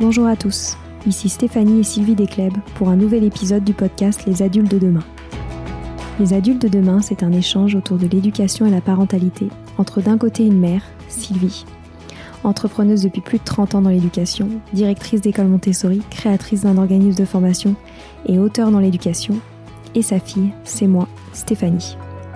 Bonjour à tous, ici Stéphanie et Sylvie Desclèbes pour un nouvel épisode du podcast Les Adultes de demain. Les Adultes de demain, c'est un échange autour de l'éducation et la parentalité entre d'un côté une mère, Sylvie, entrepreneuse depuis plus de 30 ans dans l'éducation, directrice d'école Montessori, créatrice d'un organisme de formation et auteure dans l'éducation, et sa fille, c'est moi, Stéphanie.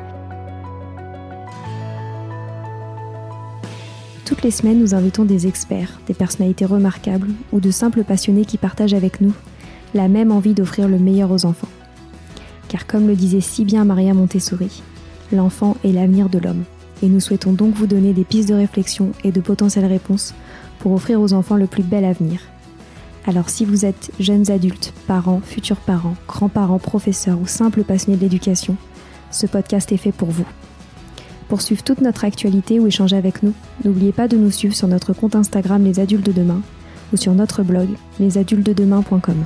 Toutes les semaines, nous invitons des experts, des personnalités remarquables ou de simples passionnés qui partagent avec nous la même envie d'offrir le meilleur aux enfants. Car comme le disait si bien Maria Montessori, l'enfant est l'avenir de l'homme. Et nous souhaitons donc vous donner des pistes de réflexion et de potentielles réponses pour offrir aux enfants le plus bel avenir. Alors si vous êtes jeunes adultes, parents, futurs parents, grands-parents, professeurs ou simples passionnés de l'éducation, ce podcast est fait pour vous. Pour suivre toute notre actualité ou échanger avec nous, n'oubliez pas de nous suivre sur notre compte Instagram Les Adultes de Demain ou sur notre blog lesadultesdedemain.com.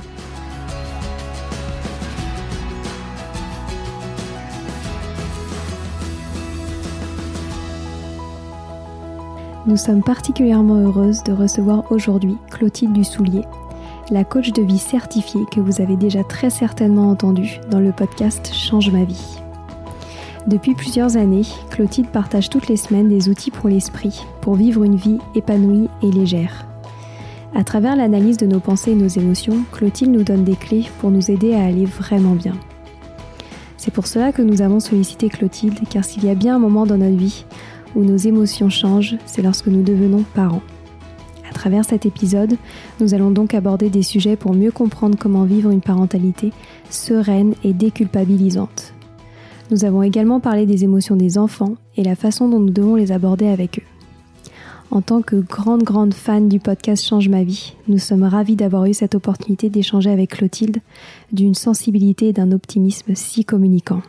Nous sommes particulièrement heureuses de recevoir aujourd'hui Clotilde Dussoulier, la coach de vie certifiée que vous avez déjà très certainement entendue dans le podcast Change ma vie. Depuis plusieurs années, Clotilde partage toutes les semaines des outils pour l'esprit, pour vivre une vie épanouie et légère. À travers l'analyse de nos pensées et nos émotions, Clotilde nous donne des clés pour nous aider à aller vraiment bien. C'est pour cela que nous avons sollicité Clotilde, car s'il y a bien un moment dans notre vie où nos émotions changent, c'est lorsque nous devenons parents. À travers cet épisode, nous allons donc aborder des sujets pour mieux comprendre comment vivre une parentalité sereine et déculpabilisante. Nous avons également parlé des émotions des enfants et la façon dont nous devons les aborder avec eux. En tant que grande fan du podcast Change ma vie, nous sommes ravis d'avoir eu cette opportunité d'échanger avec Clotilde d'une sensibilité et d'un optimisme si communicants.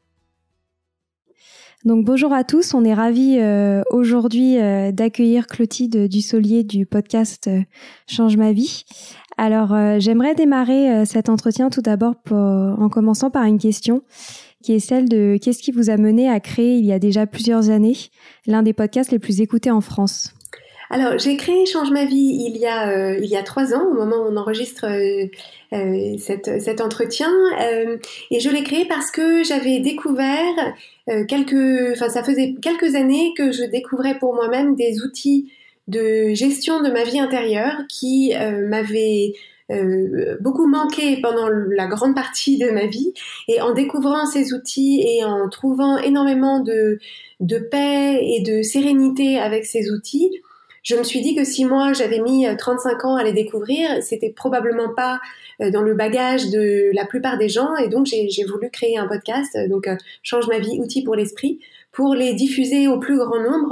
Donc bonjour à tous, on est ravis aujourd'hui d'accueillir Clotilde Dussoulier du podcast Change ma vie. Alors j'aimerais démarrer cet entretien tout d'abord en commençant par une question qui est celle de qu'est-ce qui vous a mené à créer il y a déjà plusieurs années l'un des podcasts les plus écoutés en France ? Alors, j'ai créé Change ma vie il y a 3 ans, au moment où on enregistre cet entretien, et je l'ai créé parce que j'avais découvert ça faisait quelques années que je découvrais pour moi-même des outils de gestion de ma vie intérieure qui m'avaient beaucoup manqué pendant la grande partie de ma vie, et en découvrant ces outils et en trouvant énormément de paix et de sérénité avec ces outils, je me suis dit que si moi j'avais mis 35 ans à les découvrir, c'était probablement pas dans le bagage de la plupart des gens, et donc j'ai voulu créer un podcast, Change ma vie, outils pour l'esprit, pour les diffuser au plus grand nombre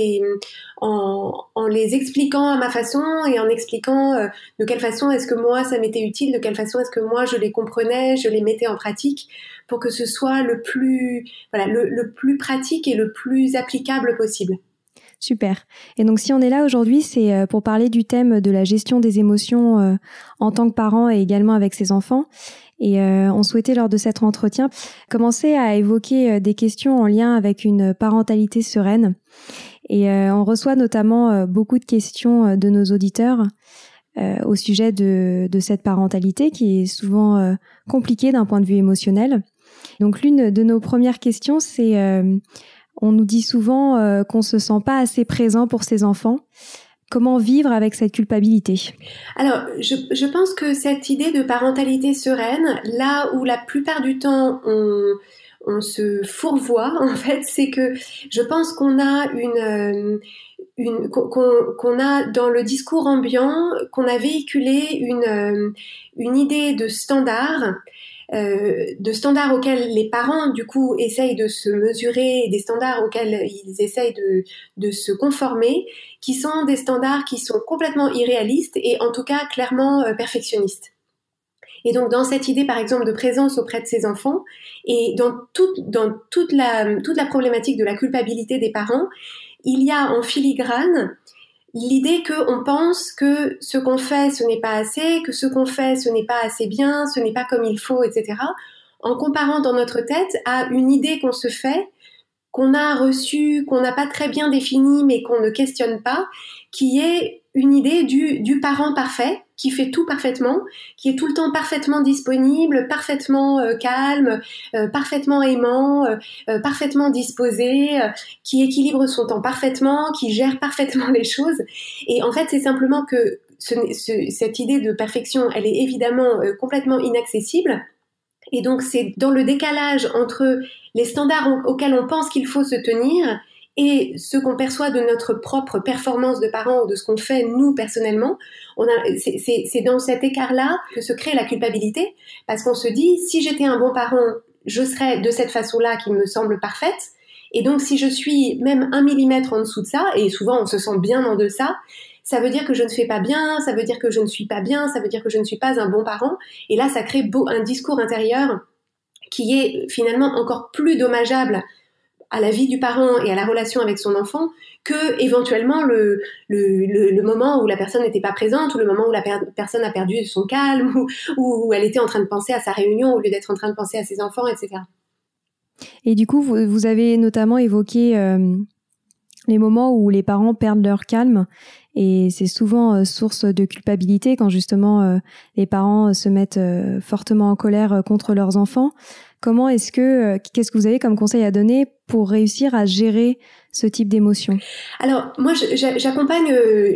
en les expliquant à ma façon et en expliquant de quelle façon est-ce que moi ça m'était utile, de quelle façon est-ce que moi je les comprenais, je les mettais en pratique pour que ce soit le plus pratique et le plus applicable possible. Super. Et donc si on est là aujourd'hui, c'est pour parler du thème de la gestion des émotions en tant que parent et également avec ses enfants. Et on souhaitait lors de cet entretien commencer à évoquer des questions en lien avec une parentalité sereine. Et on reçoit notamment beaucoup de questions de nos auditeurs au sujet de cette parentalité qui est souvent compliquée d'un point de vue émotionnel. Donc l'une de nos premières questions, c'est on nous dit souvent qu'on se sent pas assez présent pour ses enfants. Comment vivre avec cette culpabilité ? Alors, je pense que cette idée de parentalité sereine, là où la plupart du temps on se fourvoie, en fait, c'est que je pense qu'on a qu'on a dans le discours ambiant, qu'on a véhiculé une idée de standard auxquels les parents du coup essayent de se mesurer, des standards auxquels ils essayent de se conformer, qui sont des standards qui sont complètement irréalistes et en tout cas clairement perfectionnistes. Et donc dans cette idée par exemple de présence auprès de ses enfants et dans toute la problématique de la culpabilité des parents, il y a en filigrane l'idée qu'on pense que ce qu'on fait, ce n'est pas assez, que ce qu'on fait, ce n'est pas assez bien, ce n'est pas comme il faut, etc. En comparant dans notre tête à une idée qu'on se fait, qu'on a reçue, qu'on n'a pas très bien définie, mais qu'on ne questionne pas, qui est une idée du parent parfait, qui fait tout parfaitement, qui est tout le temps parfaitement disponible, parfaitement calme, parfaitement aimant, parfaitement disposé, qui équilibre son temps parfaitement, qui gère parfaitement les choses. Et en fait, c'est simplement que cette idée de perfection, elle est évidemment complètement inaccessible. Et donc, c'est dans le décalage entre les standards auxquels on pense qu'il faut se tenir et ce qu'on perçoit de notre propre performance de parents ou de ce qu'on fait nous personnellement, c'est dans cet écart-là que se crée la culpabilité, parce qu'on se dit, si j'étais un bon parent, je serais de cette façon-là qui me semble parfaite, et donc si je suis même 1 millimètre en dessous de ça, et souvent on se sent bien en deçà, ça veut dire que je ne fais pas bien, ça veut dire que je ne suis pas bien, ça veut dire que je ne suis pas un bon parent, et là ça crée un discours intérieur qui est finalement encore plus dommageable à la vie du parent et à la relation avec son enfant que éventuellement le moment où la personne n'était pas présente, ou le moment où la personne a perdu son calme, ou où elle était en train de penser à sa réunion au lieu d'être en train de penser à ses enfants, etc. Et du coup, vous avez notamment évoqué les moments où les parents perdent leur calme, et c'est souvent source de culpabilité quand justement les parents se mettent fortement en colère contre leurs enfants. Qu'est-ce que vous avez comme conseil à donner pour réussir à gérer ce type d'émotion? Alors, moi, j'accompagne,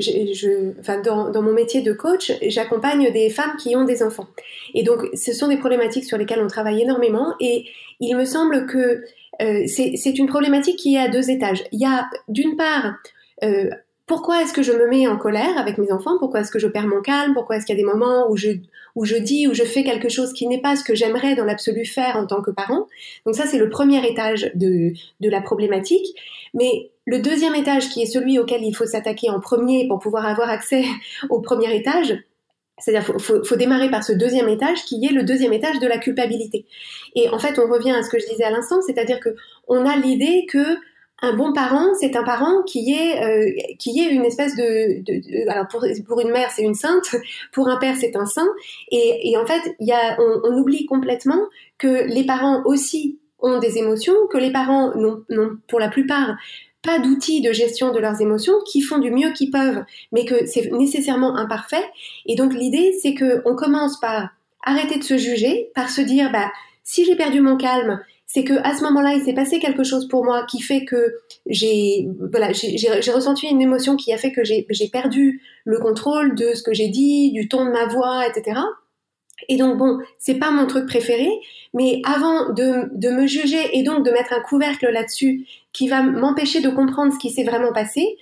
dans mon métier de coach, j'accompagne des femmes qui ont des enfants. Et donc, ce sont des problématiques sur lesquelles on travaille énormément. Et il me semble que c'est une problématique qui est à 2 étages. Il y a, d'une part, pourquoi est-ce que je me mets en colère avec mes enfants? Pourquoi est-ce que je perds mon calme? Pourquoi est-ce qu'il y a des moments où je dis ou je fais quelque chose qui n'est pas ce que j'aimerais dans l'absolu faire en tant que parent? Donc ça, c'est le premier étage de la problématique. Mais le deuxième étage, qui est celui auquel il faut s'attaquer en premier pour pouvoir avoir accès au premier étage, c'est-à-dire faut démarrer par ce deuxième étage qui est le deuxième étage de la culpabilité. Et en fait, on revient à ce que je disais à l'instant, c'est-à-dire que on a l'idée que un bon parent, c'est un parent qui est une espèce alors pour une mère, c'est une sainte, pour un père, c'est un saint. Et en fait, on oublie complètement que les parents aussi ont des émotions, que les parents n'ont pour la plupart pas d'outils de gestion de leurs émotions, qui font du mieux qu'ils peuvent, mais que c'est nécessairement imparfait. Et donc l'idée, c'est que on commence par arrêter de se juger, par se dire, si j'ai perdu mon calme, c'est que à ce moment-là, il s'est passé quelque chose pour moi qui fait que j'ai ressenti une émotion qui a fait que j'ai perdu le contrôle de ce que j'ai dit, du ton de ma voix, etc. Et donc bon, c'est pas mon truc préféré, mais avant de me juger et donc de mettre un couvercle là-dessus qui va m'empêcher de comprendre ce qui s'est vraiment passé,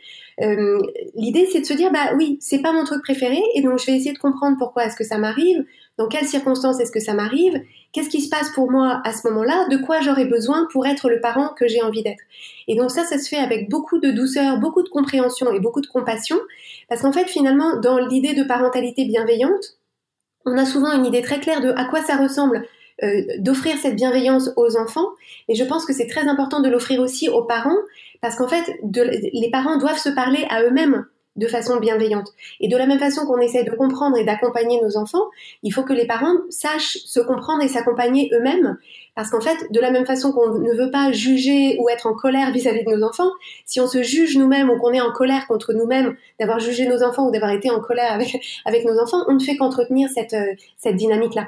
l'idée c'est de se dire oui, c'est pas mon truc préféré, et donc je vais essayer de comprendre pourquoi est-ce que ça m'arrive, dans quelles circonstances est-ce que ça m'arrive, qu'est-ce qui se passe pour moi à ce moment-là, de quoi j'aurais besoin pour être le parent que j'ai envie d'être. Et donc ça se fait avec beaucoup de douceur, beaucoup de compréhension et beaucoup de compassion, parce qu'en fait finalement dans l'idée de parentalité bienveillante, on a souvent une idée très claire de à quoi ça ressemble d'offrir cette bienveillance aux enfants, mais je pense que c'est très important de l'offrir aussi aux parents, parce qu'en fait, les parents doivent se parler à eux-mêmes de façon bienveillante. Et de la même façon qu'on essaie de comprendre et d'accompagner nos enfants, il faut que les parents sachent se comprendre et s'accompagner eux-mêmes, parce qu'en fait, de la même façon qu'on ne veut pas juger ou être en colère vis-à-vis de nos enfants, si on se juge nous-mêmes ou qu'on est en colère contre nous-mêmes d'avoir jugé nos enfants ou d'avoir été en colère avec nos enfants, on ne fait qu'entretenir cette dynamique-là.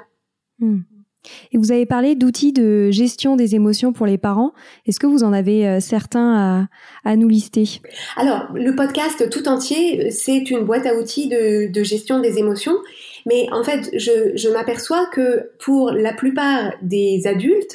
Et vous avez parlé d'outils de gestion des émotions pour les parents. Est-ce que vous en avez certains à nous lister? Alors, le podcast tout entier, c'est une boîte à outils de gestion des émotions. Mais en fait, je m'aperçois que pour la plupart des adultes,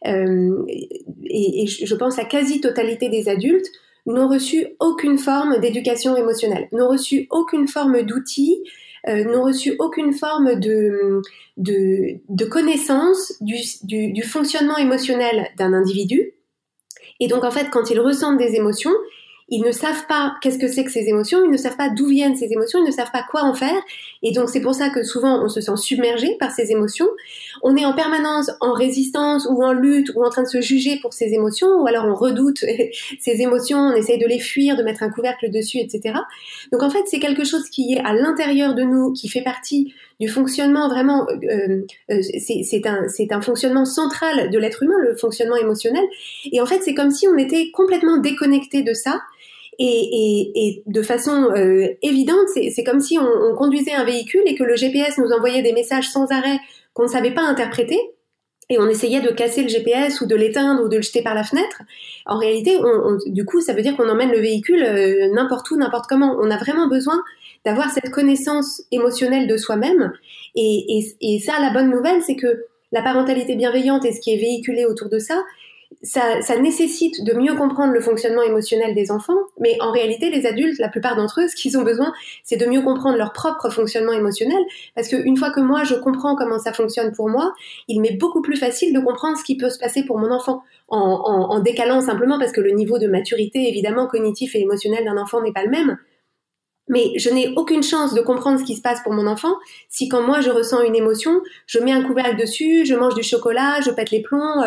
et je pense la quasi-totalité des adultes, n'ont reçu aucune forme d'éducation émotionnelle, n'ont reçu aucune forme d'outils, n'ont reçu aucune forme de connaissance du fonctionnement émotionnel d'un individu. Et donc, en fait, quand ils ressentent des émotions, ils ne savent pas qu'est-ce que c'est que ces émotions, ils ne savent pas d'où viennent ces émotions, ils ne savent pas quoi en faire. Et donc, c'est pour ça que souvent, on se sent submergé par ces émotions. On est en permanence en résistance ou en lutte ou en train de se juger pour ces émotions, ou alors on redoute ces émotions, on essaye de les fuir, de mettre un couvercle dessus, etc. Donc, en fait, c'est quelque chose qui est à l'intérieur de nous, qui fait partie du fonctionnement vraiment, c'est un fonctionnement central de l'être humain, le fonctionnement émotionnel. Et en fait, c'est comme si on était complètement déconnecté de ça. et de façon évidente, c'est comme si on conduisait un véhicule et que le GPS nous envoyait des messages sans arrêt qu'on ne savait pas interpréter. Et on essayait de casser le GPS ou de l'éteindre ou de le jeter par la fenêtre. En réalité, du coup, ça veut dire qu'on emmène le véhicule n'importe où, n'importe comment. On a vraiment besoin d'avoir cette connaissance émotionnelle de soi-même. Et ça, la bonne nouvelle, c'est que la parentalité bienveillante et ce qui est véhiculé autour de ça nécessite de mieux comprendre le fonctionnement émotionnel des enfants, mais en réalité, les adultes, la plupart d'entre eux, ce qu'ils ont besoin, c'est de mieux comprendre leur propre fonctionnement émotionnel, parce qu'une fois que moi, je comprends comment ça fonctionne pour moi, il m'est beaucoup plus facile de comprendre ce qui peut se passer pour mon enfant, en décalant simplement, parce que le niveau de maturité, évidemment, cognitif et émotionnel d'un enfant n'est pas le même. Mais je n'ai aucune chance de comprendre ce qui se passe pour mon enfant si quand moi je ressens une émotion, je mets un couvercle dessus, je mange du chocolat, je pète les plombs.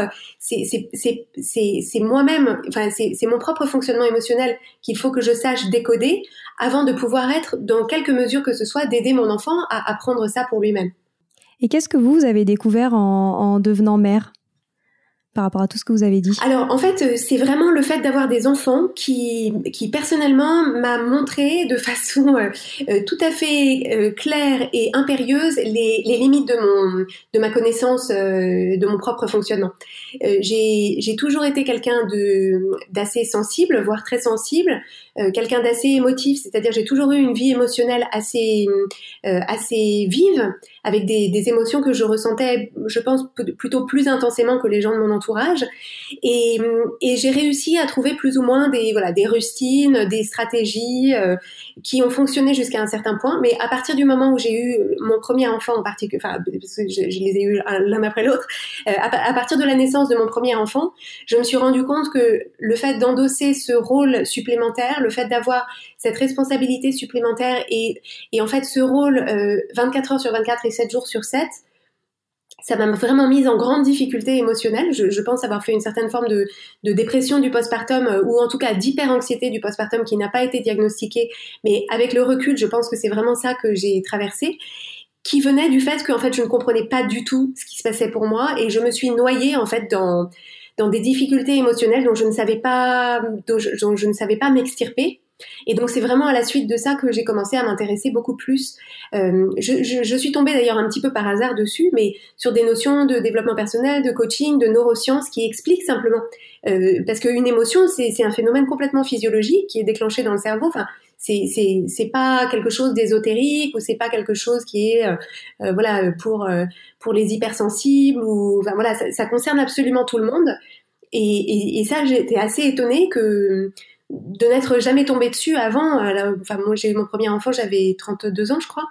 C'est moi-même, enfin c'est mon propre fonctionnement émotionnel qu'il faut que je sache décoder avant de pouvoir être, dans quelque mesure que ce soit, d'aider mon enfant à apprendre ça pour lui-même. Et qu'est-ce que vous avez découvert en devenant mère par rapport à tout ce que vous avez dit? Alors, en fait, c'est vraiment le fait d'avoir des enfants qui personnellement, m'a montré de façon tout à fait claire et impérieuse les limites de ma connaissance de mon propre fonctionnement. J'ai toujours été quelqu'un d'assez sensible, voire très sensible, quelqu'un d'assez émotif, c'est-à-dire j'ai toujours eu une vie émotionnelle assez vive, avec des émotions que je ressentais, je pense, plutôt plus intensément que les gens de mon entourage. Et j'ai réussi à trouver plus ou moins des rustines, des stratégies qui ont fonctionné jusqu'à un certain point. Mais à partir du moment où j'ai eu mon premier enfant en particulier, enfin, parce que je les ai eus l'un après l'autre, à partir de la naissance de mon premier enfant, je me suis rendu compte que le fait d'endosser ce rôle supplémentaire, le fait d'avoir cette responsabilité supplémentaire et en fait ce rôle 24 heures sur 24 et 7 jours sur 7, ça m'a vraiment mise en grande difficulté émotionnelle. Je pense avoir fait une certaine forme de dépression du postpartum ou en tout cas d'hyper-anxiété du postpartum qui n'a pas été diagnostiquée. Mais avec le recul, je pense que c'est vraiment ça que j'ai traversé, qui venait du fait qu'en fait je ne comprenais pas du tout ce qui se passait pour moi et je me suis noyée en fait dans des difficultés émotionnelles dont je ne savais pas m'extirper. Et donc c'est vraiment à la suite de ça que j'ai commencé à m'intéresser beaucoup plus. Je suis tombée d'ailleurs un petit peu par hasard dessus, mais sur des notions de développement personnel, de coaching, de neurosciences qui expliquent simplement. Parce qu'une émotion, c'est un phénomène complètement physiologique qui est déclenché dans le cerveau. Enfin, c'est pas quelque chose d'ésotérique ou c'est pas quelque chose qui est voilà pour les hypersensibles ou enfin voilà ça concerne absolument tout le monde. Et ça j'étais assez étonnée de n'être jamais tombée dessus avant. Enfin, moi, j'ai eu mon premier enfant, j'avais 32 ans, je crois.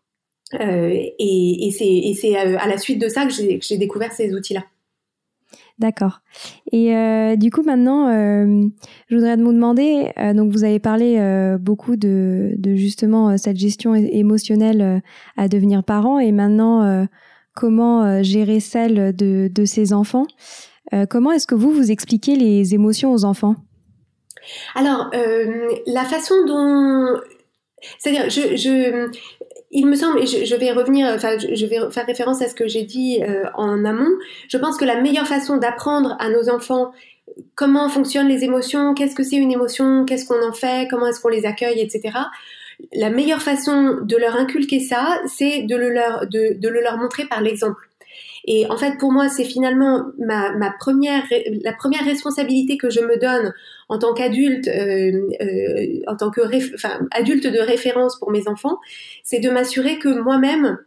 Et c'est à la suite de ça que j'ai découvert ces outils-là. D'accord. Et du coup, maintenant, je voudrais vous demander, donc vous avez parlé beaucoup de justement cette gestion émotionnelle à devenir parent et maintenant, comment gérer celle de ses enfants. Comment est-ce que vous expliquez les émotions aux enfants ? Alors, la façon dont... C'est-à-dire, il me semble, et je vais revenir, enfin, je vais faire référence à ce que j'ai dit en amont, je pense que la meilleure façon d'apprendre à nos enfants comment fonctionnent les émotions, qu'est-ce que c'est une émotion, qu'est-ce qu'on en fait, comment est-ce qu'on les accueille, etc., la meilleure façon de leur inculquer ça, c'est de le leur montrer par l'exemple. Et en fait, pour moi, c'est finalement la première responsabilité que je me donne en tant qu'adulte, en tant que adulte de référence pour mes enfants, c'est de m'assurer que moi-même,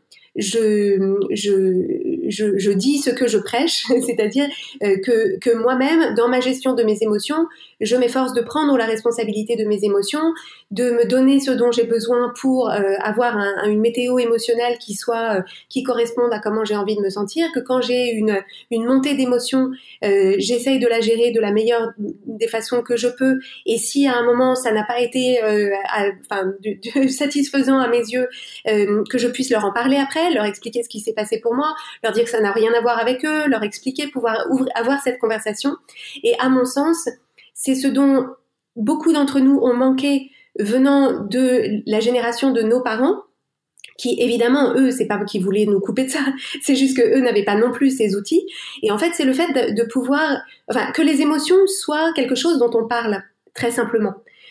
je dis ce que je prêche, c'est-à-dire que moi-même, dans ma gestion de mes émotions, je m'efforce de prendre la responsabilité de mes émotions, de me donner ce dont j'ai besoin pour avoir une météo émotionnelle qui corresponde à comment j'ai envie de me sentir, que quand j'ai une montée d'émotions, j'essaye de la gérer de la meilleure des façons que je peux, et si à un moment ça n'a pas été satisfaisant à mes yeux, que je puisse leur en parler après, leur expliquer ce qui s'est passé pour moi, leur dire que ça n'a rien à voir avec eux, leur expliquer, pouvoir avoir cette conversation. Et à mon sens, c'est ce dont beaucoup d'entre nous ont manqué venant de la génération de nos parents, qui évidemment, eux, c'est pas qu'ils voulaient nous couper de ça, c'est juste que eux n'avaient pas non plus ces outils. Et en fait, c'est le fait de pouvoir, que les émotions soient quelque chose dont on parle très simplement.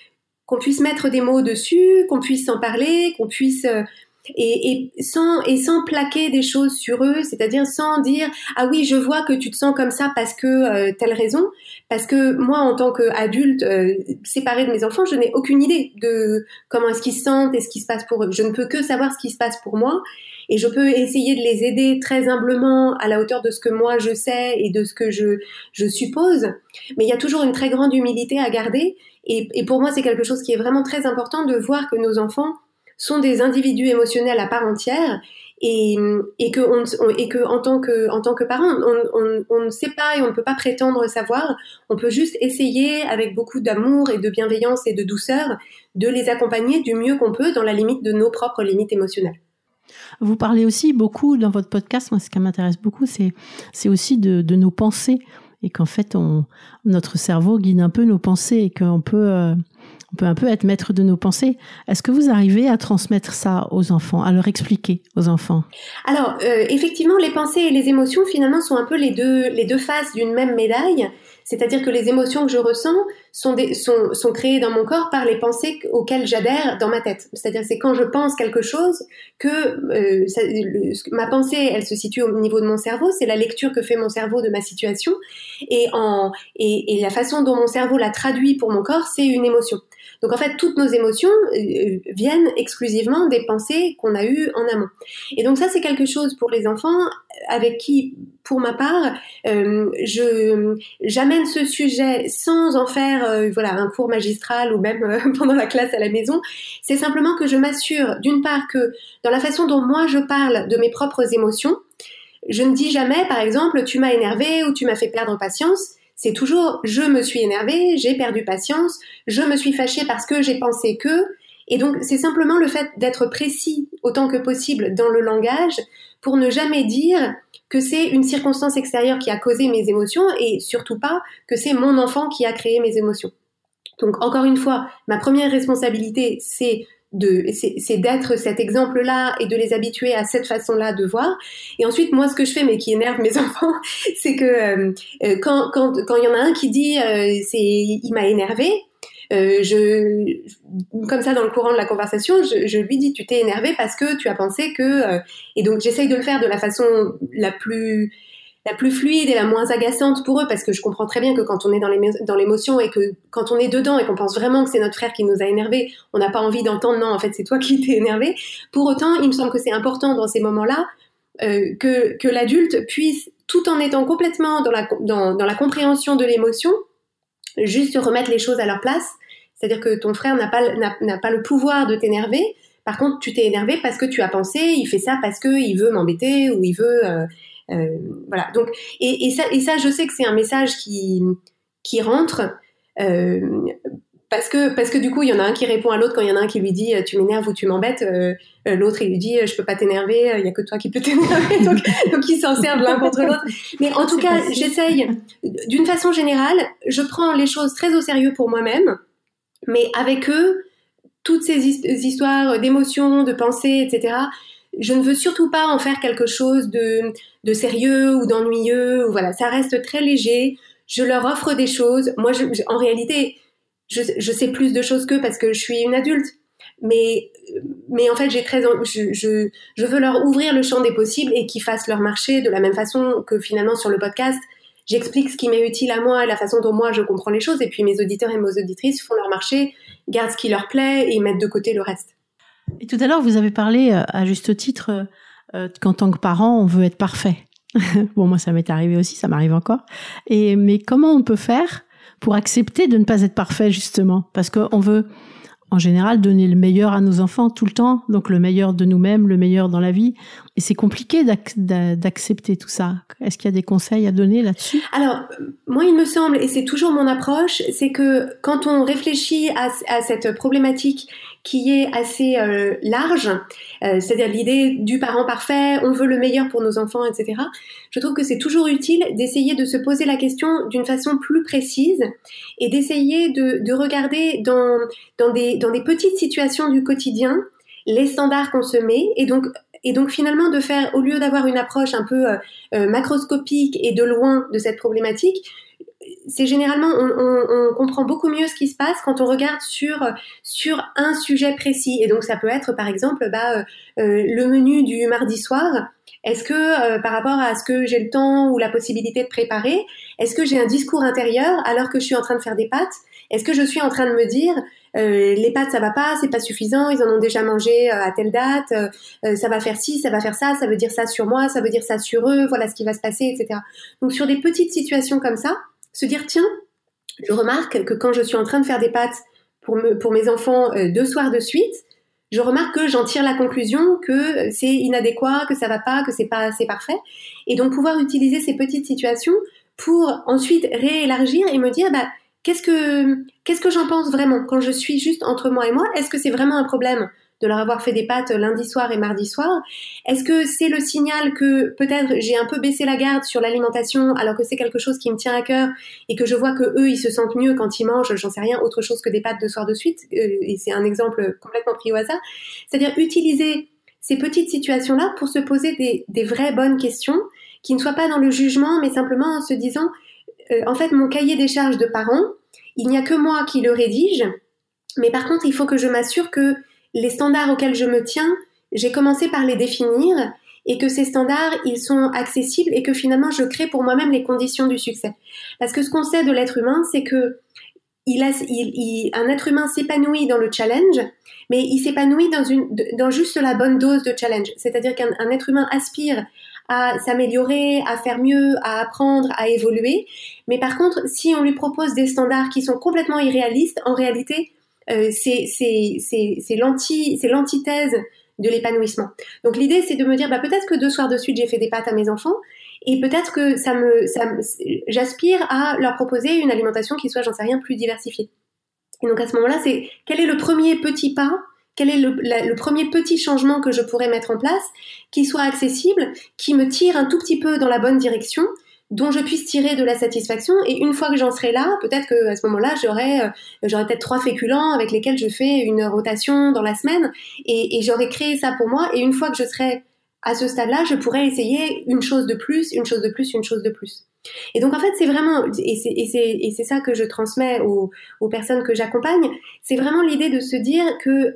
qu'on puisse mettre des mots dessus, qu'on puisse en parler, qu'on puisse et sans plaquer des choses sur eux, c'est-à-dire sans dire ah oui je vois que tu te sens comme ça parce que telle raison, parce que moi en tant qu'adulte séparée de mes enfants, je n'ai aucune idée de comment est-ce qu'ils se sentent et ce qui se passe pour eux. Je ne peux que savoir ce qui se passe pour moi et je peux essayer de les aider très humblement à la hauteur de ce que moi je sais et de ce que je suppose, mais il y a toujours une très grande humilité à garder et pour moi c'est quelque chose qui est vraiment très important de voir que nos enfants sont des individus émotionnels à part entière et que en tant que parents, on ne sait pas et on ne peut pas prétendre savoir. On peut juste essayer avec beaucoup d'amour et de bienveillance et de douceur de les accompagner du mieux qu'on peut dans la limite de nos propres limites émotionnelles. Vous parlez aussi beaucoup dans votre podcast, moi ce qui m'intéresse beaucoup, c'est aussi de nos pensées et qu'en fait notre cerveau guide un peu nos pensées et qu'on peut un peu être maître de nos pensées. Est-ce que vous arrivez à transmettre ça aux enfants, à leur expliquer aux enfants? Alors, effectivement, les pensées et les émotions, finalement, sont un peu les deux faces d'une même médaille. C'est-à-dire que les émotions que je ressens sont créées dans mon corps par les pensées auxquelles j'adhère dans ma tête. C'est-à-dire c'est quand je pense quelque chose que ma pensée, elle se situe au niveau de mon cerveau. C'est la lecture que fait mon cerveau de ma situation. Et la façon dont mon cerveau la traduit pour mon corps, c'est une émotion. Donc en fait, toutes nos émotions viennent exclusivement des pensées qu'on a eues en amont. Et donc ça, c'est quelque chose pour les enfants avec qui, pour ma part, j'amène ce sujet sans en faire un cours magistral ou même pendant la classe à la maison. C'est simplement que je m'assure, d'une part, que dans la façon dont moi je parle de mes propres émotions, je ne dis jamais, par exemple, tu m'as énervé ou tu m'as fait perdre patience. C'est toujours je me suis énervée, j'ai perdu patience, je me suis fâchée parce que j'ai pensé que. Et donc c'est simplement le fait d'être précis autant que possible dans le langage pour ne jamais dire que c'est une circonstance extérieure qui a causé mes émotions et surtout pas que c'est mon enfant qui a créé mes émotions. Donc encore une fois, ma première responsabilité c'est d'être cet exemple-là et de les habituer à cette façon-là de voir. Et ensuite, moi, ce que je fais, mais qui énerve mes enfants, c'est que quand il y en a un qui dit il m'a énervé, comme ça dans le courant de la conversation, je lui dis tu t'es énervé parce que tu as pensé que et donc j'essaye de le faire de la façon la plus fluide et la moins agaçante pour eux, parce que je comprends très bien que quand on est dans l'émotion et que quand on est dedans et qu'on pense vraiment que c'est notre frère qui nous a énervés, on n'a pas envie d'entendre non, en fait c'est toi qui t'es énervé. Pour autant, il me semble que c'est important dans ces moments-là que l'adulte puisse, tout en étant complètement dans la compréhension de l'émotion, juste remettre les choses à leur place. C'est-à-dire que ton frère n'a pas le pouvoir de t'énerver. Par contre, tu t'es énervé parce que tu as pensé, il fait ça parce que il veut m'embêter ou il veut voilà. Donc et ça, je sais que c'est un message qui rentre parce que du coup, il y en a un qui répond à l'autre quand il y en a un qui lui dit tu m'énerves ou tu m'embêtes. L'autre, il lui dit je peux pas t'énerver, il y a que toi qui peux t'énerver. donc ils s'en servent l'un contre l'autre. Mais en tout cas, j'essaye d'une façon générale, je prends les choses très au sérieux pour moi-même, mais avec eux, toutes ces histoires d'émotions, de pensées, etc., je ne veux surtout pas en faire quelque chose de sérieux ou d'ennuyeux. Ou voilà, ça reste très léger. Je leur offre des choses. Moi, en réalité, je sais plus de choses qu'eux parce que je suis une adulte. Mais en fait, je veux leur ouvrir le champ des possibles et qu'ils fassent leur marché de la même façon que finalement sur le podcast, j'explique ce qui m'est utile à moi et la façon dont moi je comprends les choses. Et puis mes auditeurs et mes auditrices font leur marché, gardent ce qui leur plaît et mettent de côté le reste. Et tout à l'heure, vous avez parlé, à juste titre, qu'en tant que parent, on veut être parfait. Bon, moi, ça m'est arrivé aussi, ça m'arrive encore. Mais comment on peut faire pour accepter de ne pas être parfait, justement? Parce qu'on veut, en général, donner le meilleur à nos enfants tout le temps, donc le meilleur de nous-mêmes, le meilleur dans la vie. Et c'est compliqué d'accepter tout ça. Est-ce qu'il y a des conseils à donner là-dessus? Alors, moi, il me semble, et c'est toujours mon approche, c'est que quand on réfléchit à cette problématique qui est assez large, c'est-à-dire l'idée du parent parfait, on veut le meilleur pour nos enfants, etc., je trouve que c'est toujours utile d'essayer de se poser la question d'une façon plus précise et d'essayer de regarder dans des petites situations du quotidien les standards qu'on se met et donc finalement de faire, au lieu d'avoir une approche un peu macroscopique et de loin de cette problématique, c'est généralement, on comprend beaucoup mieux ce qui se passe quand on regarde sur un sujet précis. Et donc, ça peut être, par exemple, le menu du mardi soir. Est-ce que, par rapport à ce que j'ai le temps ou la possibilité de préparer, est-ce que j'ai un discours intérieur alors que je suis en train de faire des pâtes? Est-ce que je suis en train de me dire les pâtes, ça va pas, c'est pas suffisant, ils en ont déjà mangé à telle date, ça va faire ci, ça va faire ça veut dire ça sur moi, ça veut dire ça sur eux, voilà ce qui va se passer, etc. Donc sur des petites situations comme ça, se dire tiens, je remarque que quand je suis en train de faire des pâtes pour mes enfants 2 soirs de suite, je remarque que j'en tire la conclusion que c'est inadéquat, que ça va pas, que c'est pas assez parfait, et donc pouvoir utiliser ces petites situations pour ensuite réélargir et me dire qu'est-ce que j'en pense vraiment quand je suis juste entre moi et moi? Est-ce que c'est vraiment un problème de leur avoir fait des pâtes lundi soir et mardi soir? Est-ce que c'est le signal que peut-être j'ai un peu baissé la garde sur l'alimentation alors que c'est quelque chose qui me tient à cœur et que je vois que eux ils se sentent mieux quand ils mangent, j'en sais rien, autre chose que des pâtes 2 soirs de suite, et c'est un exemple complètement pris au hasard. C'est-à-dire utiliser ces petites situations-là pour se poser des vraies bonnes questions qui ne soient pas dans le jugement mais simplement en se disant en fait, mon cahier des charges de parents, il n'y a que moi qui le rédige, mais par contre, il faut que je m'assure que les standards auxquels je me tiens, j'ai commencé par les définir et que ces standards, ils sont accessibles et que finalement, je crée pour moi-même les conditions du succès. Parce que ce qu'on sait de l'être humain, c'est que un être humain s'épanouit dans le challenge, mais il s'épanouit dans juste la bonne dose de challenge. C'est-à-dire qu'un être humain aspire à s'améliorer, à faire mieux, à apprendre, à évoluer. Mais par contre, si on lui propose des standards qui sont complètement irréalistes, en réalité, c'est l'antithèse de l'épanouissement. Donc l'idée, c'est de me dire, peut-être que 2 soirs de suite, j'ai fait des pâtes à mes enfants, et peut-être que j'aspire à leur proposer une alimentation qui soit, j'en sais rien, plus diversifiée. Et donc à ce moment-là, quel est le premier petit pas? Quel est le premier petit changement que je pourrais mettre en place, qui soit accessible, qui me tire un tout petit peu dans la bonne direction, dont je puisse tirer de la satisfaction, et une fois que j'en serai là, peut-être qu'à ce moment-là, j'aurai peut-être 3 féculents avec lesquels je fais une rotation dans la semaine, et j'aurai créé ça pour moi, et une fois que je serai à ce stade-là, je pourrais essayer une chose de plus, une chose de plus, une chose de plus. Et donc en fait, c'est vraiment, et c'est ça que je transmets aux personnes que j'accompagne, c'est vraiment l'idée de se dire que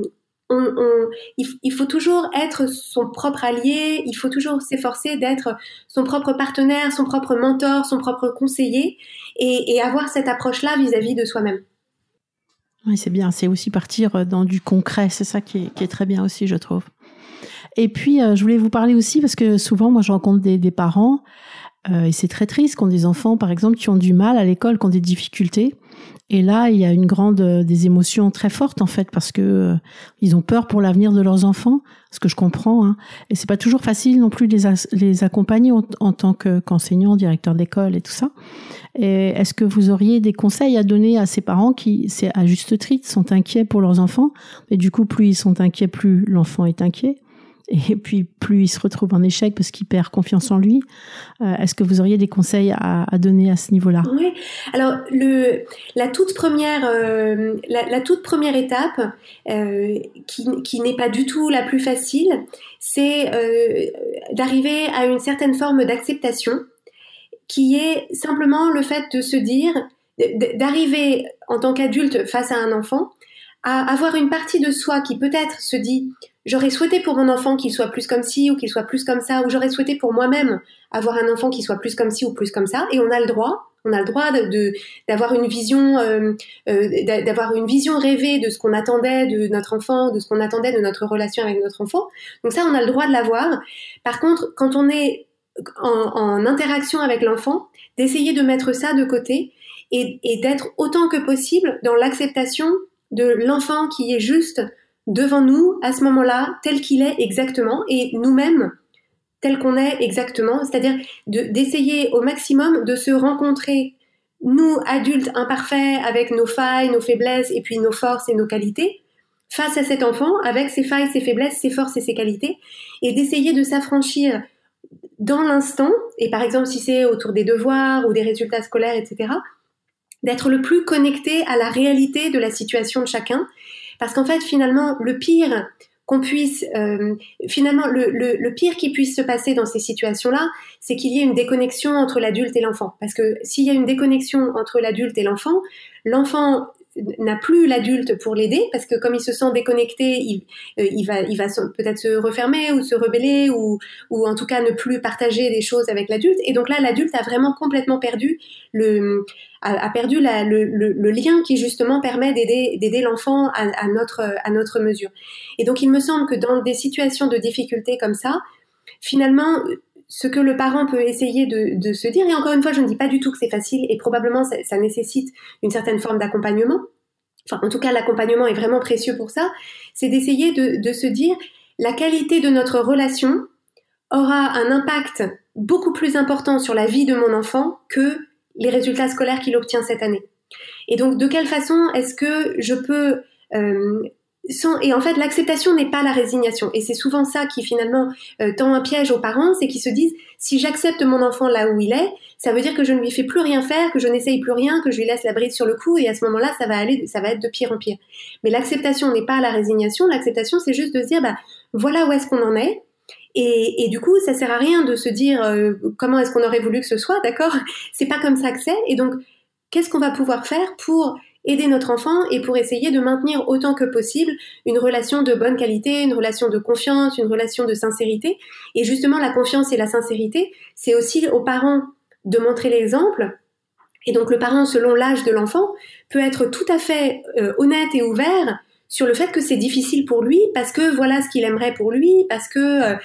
il faut toujours être son propre allié, il faut toujours s'efforcer d'être son propre partenaire, son propre mentor, son propre conseiller, et avoir cette approche-là vis-à-vis de soi-même. Oui, c'est bien, c'est aussi partir dans du concret, c'est ça qui est très bien aussi, je trouve. Et puis, je voulais vous parler aussi, parce que souvent, moi, je rencontre des parents, et c'est très triste, qui ont des enfants, par exemple, qui ont du mal à l'école, qui ont des difficultés. Et là, il y a des émotions très fortes, en fait, parce que ils ont peur pour l'avenir de leurs enfants, ce que je comprends, hein. Et c'est pas toujours facile non plus de les accompagner en tant qu'enseignant, directeur d'école et tout ça. Et est-ce que vous auriez des conseils à donner à ces parents qui, c'est à juste titre, sont inquiets pour leurs enfants, et du coup, plus ils sont inquiets, plus l'enfant est inquiet. Et puis, plus il se retrouve en échec parce qu'il perd confiance en lui. Est-ce que vous auriez des conseils à donner à ce niveau-là? Oui. Alors, la toute première étape, qui n'est pas du tout la plus facile, c'est d'arriver à une certaine forme d'acceptation, qui est simplement le fait de se dire, d'arriver en tant qu'adulte face à un enfant, à avoir une partie de soi qui peut-être se dit « j'aurais souhaité pour mon enfant qu'il soit plus comme ci ou qu'il soit plus comme ça » ou « j'aurais souhaité pour moi-même avoir un enfant qui soit plus comme ci ou plus comme ça » et on a le droit d'avoir une vision rêvée de ce qu'on attendait de notre enfant, de ce qu'on attendait de notre relation avec notre enfant. Donc ça, on a le droit de l'avoir. Par contre, quand on est en interaction avec l'enfant, d'essayer de mettre ça de côté et d'être autant que possible dans l'acceptation de l'enfant qui est juste devant nous à ce moment-là, tel qu'il est exactement, et nous-mêmes tel qu'on est exactement, c'est-à-dire d'essayer au maximum de se rencontrer, nous adultes imparfaits, avec nos failles, nos faiblesses, et puis nos forces et nos qualités, face à cet enfant, avec ses failles, ses faiblesses, ses forces et ses qualités, et d'essayer de s'affranchir dans l'instant, et par exemple si c'est autour des devoirs ou des résultats scolaires, etc., d'être le plus connecté à la réalité de la situation de chacun, parce qu'en fait finalement le pire qu'on puisse finalement le pire qui puisse se passer dans ces situations-là, c'est qu'il y ait une déconnexion entre l'adulte et l'enfant. Parce que s'il y a une déconnexion entre l'adulte et l'enfant n'a plus l'adulte pour l'aider, parce que comme il se sent déconnecté, il va peut-être se refermer ou se rebeller ou en tout cas ne plus partager des choses avec l'adulte. Et donc là, l'adulte a vraiment complètement perdu le lien qui justement permet d'aider l'enfant à notre mesure. Et donc il me semble que dans des situations de difficulté comme ça, finalement, ce que le parent peut essayer de se dire, et encore une fois, je ne dis pas du tout que c'est facile, et probablement ça nécessite une certaine forme d'accompagnement, enfin en tout cas l'accompagnement est vraiment précieux pour ça, c'est d'essayer de se dire, la qualité de notre relation aura un impact beaucoup plus important sur la vie de mon enfant que les résultats scolaires qu'il obtient cette année. Et donc de quelle façon est-ce que je peux... Et en fait, l'acceptation n'est pas la résignation. Et c'est souvent ça qui finalement tend un piège aux parents, c'est qu'ils se disent, si j'accepte mon enfant là où il est, ça veut dire que je ne lui fais plus rien faire, que je n'essaye plus rien, que je lui laisse la bride sur le cou, et à ce moment-là, ça va être de pire en pire. Mais l'acceptation n'est pas la résignation. L'acceptation, c'est juste de se dire, voilà où est-ce qu'on en est. Et du coup, ça sert à rien de se dire comment est-ce qu'on aurait voulu que ce soit, d'accord ? C'est pas comme ça que c'est. Et donc, qu'est-ce qu'on va pouvoir faire pour aider notre enfant et pour essayer de maintenir autant que possible une relation de bonne qualité, une relation de confiance, une relation de sincérité. Et justement, la confiance et la sincérité, c'est aussi aux parents de montrer l'exemple. Et donc, le parent, selon l'âge de l'enfant, peut être tout à fait honnête et ouvert sur le fait que c'est difficile pour lui, parce que voilà ce qu'il aimerait pour lui, parce que...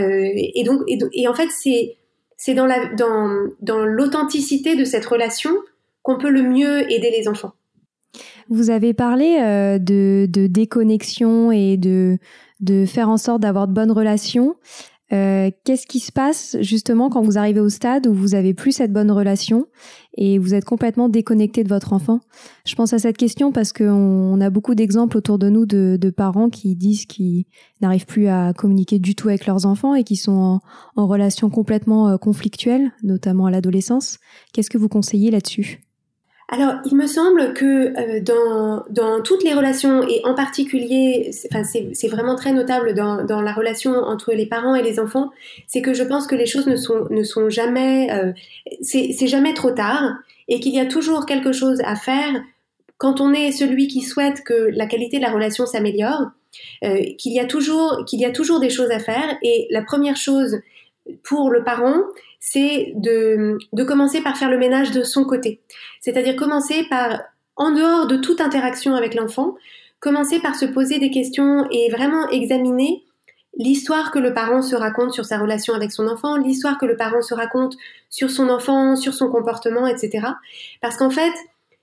et en fait, c'est dans l'authenticité de cette relation qu'on peut le mieux aider les enfants. Vous avez parlé de déconnexion et de faire en sorte d'avoir de bonnes relations. Qu'est-ce qui se passe justement quand vous arrivez au stade où vous avez plus cette bonne relation et vous êtes complètement déconnecté de votre enfant? Je pense à cette question parce qu'on a beaucoup d'exemples autour de nous de parents qui disent qu'ils n'arrivent plus à communiquer du tout avec leurs enfants et qui sont en relation complètement conflictuelle, notamment à l'adolescence. Qu'est-ce que vous conseillez là-dessus ? Alors, il me semble que dans toutes les relations, et en particulier, c'est vraiment très notable dans la relation entre les parents et les enfants, c'est que je pense que les choses ne sont jamais, c'est jamais trop tard, et qu'il y a toujours quelque chose à faire quand on est celui qui souhaite que la qualité de la relation s'améliore, qu'il y a toujours des choses à faire, et la première chose pour le parent, c'est de commencer par faire le ménage de son côté. C'est-à-dire commencer par, en dehors de toute interaction avec l'enfant, commencer par se poser des questions et vraiment examiner l'histoire que le parent se raconte sur sa relation avec son enfant, l'histoire que le parent se raconte sur son enfant, sur son comportement, etc. Parce qu'en fait,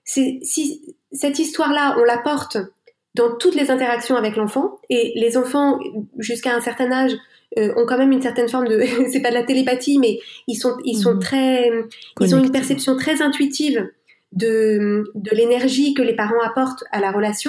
si cette histoire-là, on la porte dans toutes les interactions avec l'enfant, et les enfants, jusqu'à un certain âge, ont quand même une certaine forme de, c'est pas de la télépathie, mais ils sont très, ils ont une perception très intuitive de l'énergie que les parents apportent à la relation.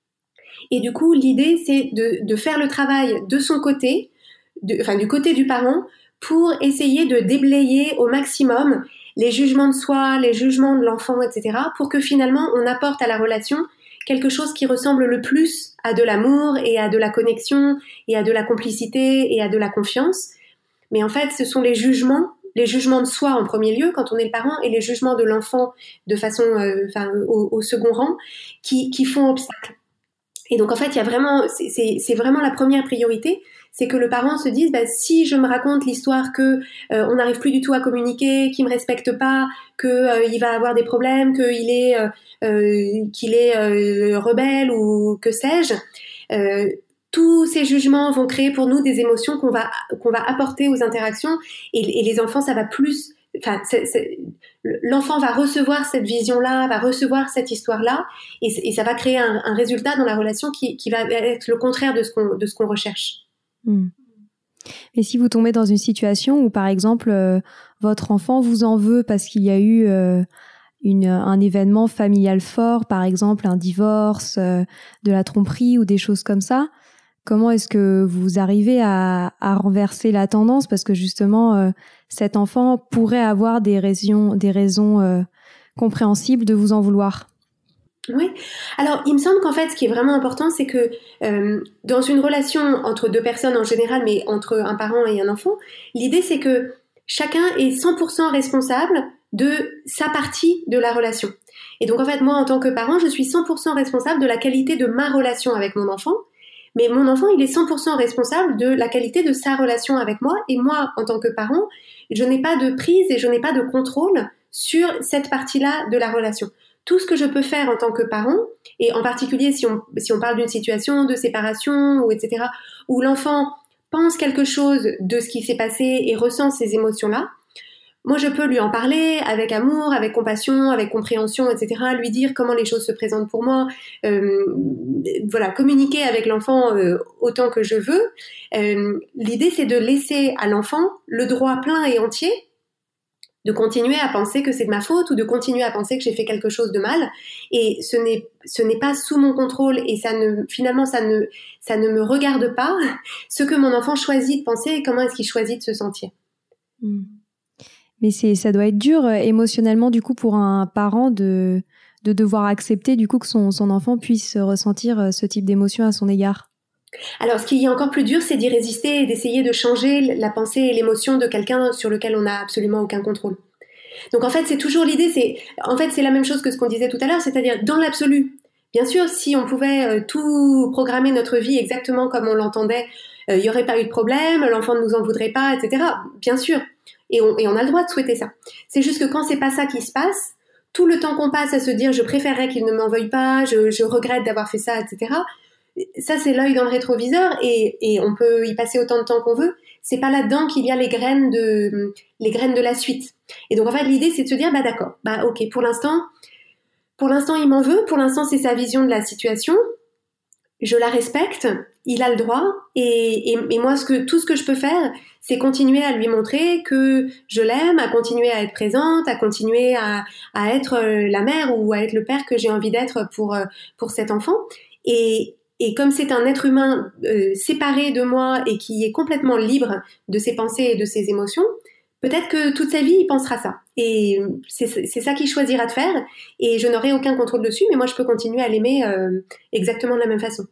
Et du coup, l'idée, c'est de faire le travail de son côté, du côté du parent, pour essayer de déblayer au maximum les jugements de soi, les jugements de l'enfant, etc., pour que finalement, on apporte à la relation quelque chose qui ressemble le plus à de l'amour et à de la connexion et à de la complicité et à de la confiance. Mais en fait, ce sont les jugements de soi en premier lieu quand on est le parent et les jugements de l'enfant de façon, au second rang qui font obstacle. Et donc en fait, il y a vraiment, c'est vraiment la première priorité, c'est que le parent se dise, si je me raconte l'histoire que on n'arrive plus du tout à communiquer, qu'il me respecte pas, que il va avoir des problèmes, qu'il est rebelle ou que sais-je, tous ces jugements vont créer pour nous des émotions qu'on va apporter aux interactions et les enfants, ça va plus, l'enfant va recevoir cette vision-là, va recevoir cette histoire-là et ça va créer un résultat dans la relation qui va être le contraire de ce qu'on recherche. Et si vous tombez dans une situation où, par exemple, votre enfant vous en veut parce qu'il y a eu un événement familial fort, par exemple un divorce, de la tromperie ou des choses comme ça, comment est-ce que vous arrivez à renverser la tendance? Parce que justement, cet enfant pourrait avoir des raisons compréhensibles de vous en vouloir. Oui. Alors, il me semble qu'en fait, ce qui est vraiment important, c'est que dans une relation entre deux personnes en général, mais entre un parent et un enfant, l'idée, c'est que chacun est 100% responsable de sa partie de la relation. Et donc, en fait, moi, en tant que parent, je suis 100% responsable de la qualité de ma relation avec mon enfant. Mais mon enfant, il est 100% responsable de la qualité de sa relation avec moi. Et moi, en tant que parent, je n'ai pas de prise et je n'ai pas de contrôle sur cette partie-là de la relation. Tout ce que je peux faire en tant que parent, et en particulier si on parle d'une situation de séparation, ou etc., où l'enfant pense quelque chose de ce qui s'est passé et ressent ces émotions-là, moi, je peux lui en parler avec amour, avec compassion, avec compréhension, etc., lui dire comment les choses se présentent pour moi, voilà, communiquer avec l'enfant autant que je veux. L'idée, c'est de laisser à l'enfant le droit plein et entier de continuer à penser que c'est de ma faute ou de continuer à penser que j'ai fait quelque chose de mal. Et ce n'est pas sous mon contrôle et finalement, ça ne me regarde pas ce que mon enfant choisit de penser et comment est-ce qu'il choisit de se sentir. Mais ça doit être dur émotionnellement du coup pour un parent de devoir accepter du coup que son enfant puisse ressentir ce type d'émotion à son égard. Alors, ce qui est encore plus dur, c'est d'y résister et d'essayer de changer la pensée et l'émotion de quelqu'un sur lequel on n'a absolument aucun contrôle. Donc, en fait, c'est toujours l'idée, c'est la même chose que ce qu'on disait tout à l'heure, c'est-à-dire dans l'absolu. Bien sûr, si on pouvait tout programmer notre vie exactement comme on l'entendait, il n'y aurait pas eu de problème, l'enfant ne nous en voudrait pas, etc. Bien sûr. Et on a le droit de souhaiter ça. C'est juste que quand c'est pas ça qui se passe, tout le temps qu'on passe à se dire je préférerais qu'il ne m'en veuille pas, je regrette d'avoir fait ça, etc. Ça, c'est l'œil dans le rétroviseur et on peut y passer autant de temps qu'on veut. C'est pas là-dedans qu'il y a les graines de la suite. Et donc, en fait, l'idée, c'est de se dire, bah, d'accord, bah, ok, pour l'instant, il m'en veut, pour l'instant, c'est sa vision de la situation. Je la respecte, il a le droit, et moi, tout ce que je peux faire, c'est continuer à lui montrer que je l'aime, à continuer à être présente, à continuer à être la mère ou à être le père que j'ai envie d'être pour cet enfant. Et comme c'est un être humain séparé de moi et qui est complètement libre de ses pensées et de ses émotions, peut-être que toute sa vie, il pensera ça. Et c'est ça qu'il choisira de faire. Et je n'aurai aucun contrôle dessus, mais moi, je peux continuer à l'aimer exactement de la même façon.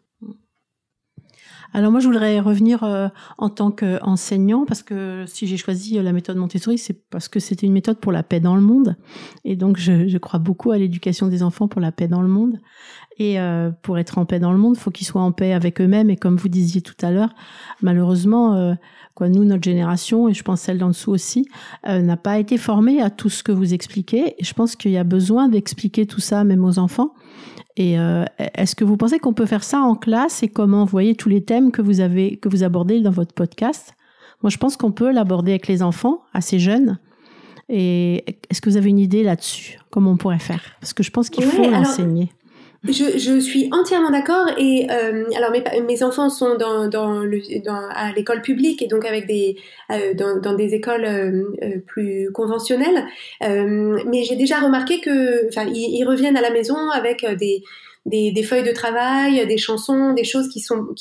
Alors moi, je voudrais revenir en tant qu'enseignant, parce que si j'ai choisi la méthode Montessori, c'est parce que c'était une méthode pour la paix dans le monde. Et donc, je crois beaucoup à l'éducation des enfants pour la paix dans le monde. Et pour être en paix dans le monde, il faut qu'ils soient en paix avec eux-mêmes. Et comme vous disiez tout à l'heure, malheureusement, nous, notre génération, et je pense celle d'en dessous aussi, n'a pas été formée à tout ce que vous expliquez. Et je pense qu'il y a besoin d'expliquer tout ça même aux enfants. Et est-ce que vous pensez qu'on peut faire ça en classe et comment vous voyez tous les thèmes que vous abordez dans votre podcast? Moi, je pense qu'on peut l'aborder avec les enfants assez jeunes. Et est-ce que vous avez une idée là-dessus? Comment on pourrait faire? Parce que je pense qu'il faut l'enseigner. Je suis entièrement d'accord et alors mes enfants sont à l'école publique et donc avec dans des écoles plus conventionnelles, mais j'ai déjà remarqué que ils reviennent à la maison avec des feuilles de travail, des chansons, des choses